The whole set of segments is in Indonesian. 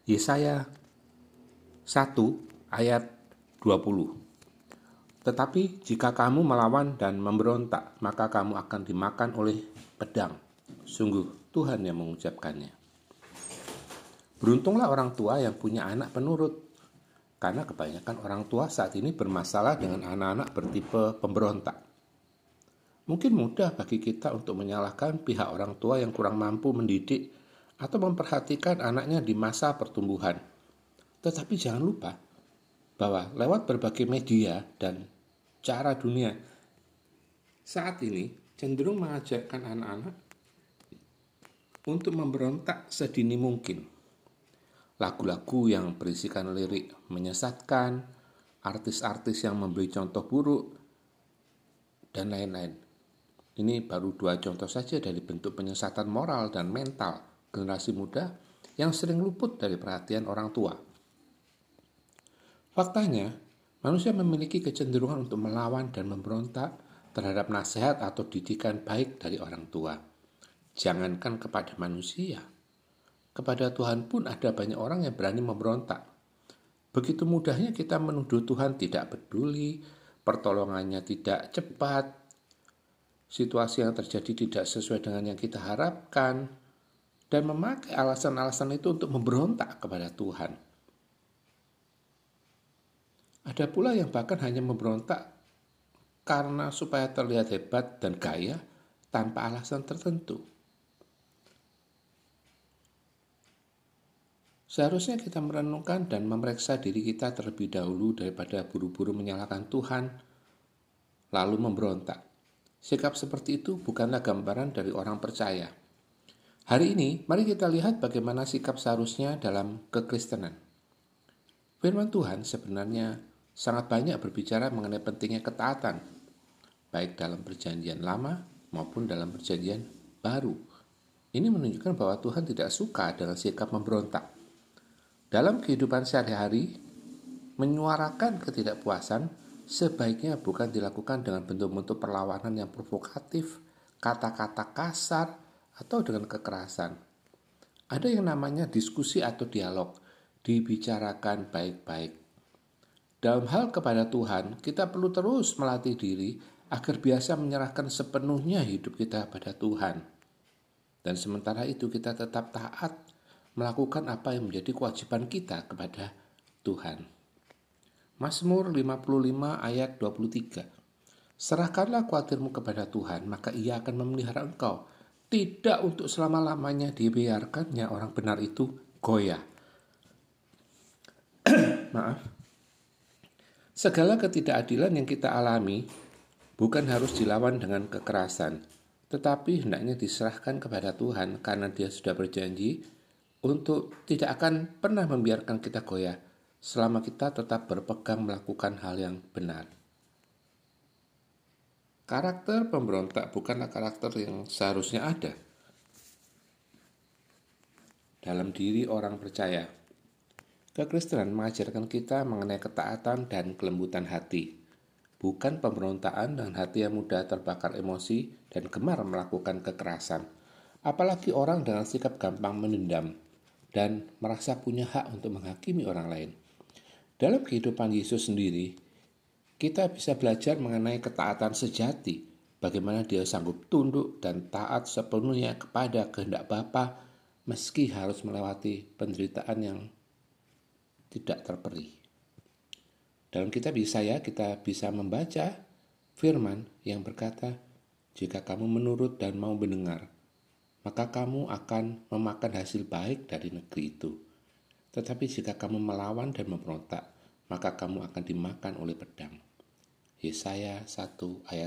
Yesaya 1 ayat 20. Tetapi jika kamu melawan dan memberontak, maka kamu akan dimakan oleh pedang. Sungguh Tuhan yang mengucapkannya. Beruntunglah orang tua yang punya anak penurut, karena kebanyakan orang tua saat ini bermasalah dengan anak-anak bertipe pemberontak. Mungkin mudah bagi kita untuk menyalahkan pihak orang tua yang kurang mampu mendidik atau memperhatikan anaknya di masa pertumbuhan. Tetapi jangan lupa bahwa lewat berbagai media dan cara dunia saat ini cenderung mengajarkan anak-anak untuk memberontak sedini mungkin. Lagu-lagu yang berisikan lirik menyesatkan, artis-artis yang memberi contoh buruk, dan lain-lain. Ini baru 2 contoh saja dari bentuk penyesatan moral dan mental generasi muda yang sering luput dari perhatian orang tua. Faktanya, manusia memiliki kecenderungan untuk melawan dan memberontak terhadap nasihat atau didikan baik dari orang tua. Jangankan kepada manusia, kepada Tuhan pun ada banyak orang yang berani memberontak. Begitu mudahnya kita menuduh Tuhan tidak peduli, pertolongannya tidak cepat, situasi yang terjadi tidak sesuai dengan yang kita harapkan, dan memakai alasan-alasan itu untuk memberontak kepada Tuhan. Ada pula yang bahkan hanya memberontak karena supaya terlihat hebat dan gaya tanpa alasan tertentu. Seharusnya kita merenungkan dan memeriksa diri kita terlebih dahulu daripada buru-buru menyalahkan Tuhan, lalu memberontak. Sikap seperti itu bukanlah gambaran dari orang percaya. Hari ini, mari kita lihat bagaimana sikap seharusnya dalam kekristenan. Firman Tuhan sebenarnya sangat banyak berbicara mengenai pentingnya ketaatan, baik dalam perjanjian lama maupun dalam perjanjian baru. Ini menunjukkan bahwa Tuhan tidak suka dengan sikap memberontak. Dalam kehidupan sehari-hari, menyuarakan ketidakpuasan sebaiknya bukan dilakukan dengan bentuk-bentuk perlawanan yang provokatif, kata-kata kasar, atau dengan kekerasan. Ada yang namanya diskusi atau dialog, dibicarakan baik-baik. Dalam hal kepada Tuhan, kita perlu terus melatih diri agar biasa menyerahkan sepenuhnya hidup kita pada Tuhan. Dan sementara itu kita tetap taat melakukan apa yang menjadi kewajiban kita kepada Tuhan. Mazmur 55 ayat 23. Serahkanlah khawatirmu kepada Tuhan, maka Ia akan memelihara engkau. Tidak untuk selama-lamanya dibiarkannya orang benar itu goyah. Maaf. Segala ketidakadilan yang kita alami bukan harus dilawan dengan kekerasan, tetapi hendaknya diserahkan kepada Tuhan karena Dia sudah berjanji untuk tidak akan pernah membiarkan kita goyah selama kita tetap berpegang melakukan hal yang benar. Karakter pemberontak bukanlah karakter yang seharusnya ada dalam diri orang percaya. Kekristenan mengajarkan kita mengenai ketaatan dan kelembutan hati, bukan pemberontakan dengan hati yang mudah terbakar emosi dan gemar melakukan kekerasan, apalagi orang dengan sikap gampang menendam dan merasa punya hak untuk menghakimi orang lain. Dalam kehidupan Yesus sendiri, kita bisa belajar mengenai ketaatan sejati, bagaimana Dia sanggup tunduk dan taat sepenuhnya kepada kehendak Bapa meski harus melewati penderitaan yang tidak terperi. Dalam kitab Yesaya kita bisa membaca firman yang berkata, jika kamu menurut dan mau mendengar, maka kamu akan memakan hasil baik dari negeri itu. Tetapi jika kamu melawan dan memberontak, maka kamu akan dimakan oleh pedang. Yesaya 1 ayat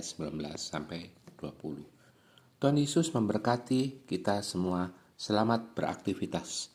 19-20. Tuhan Yesus memberkati kita semua. Selamat beraktivitas.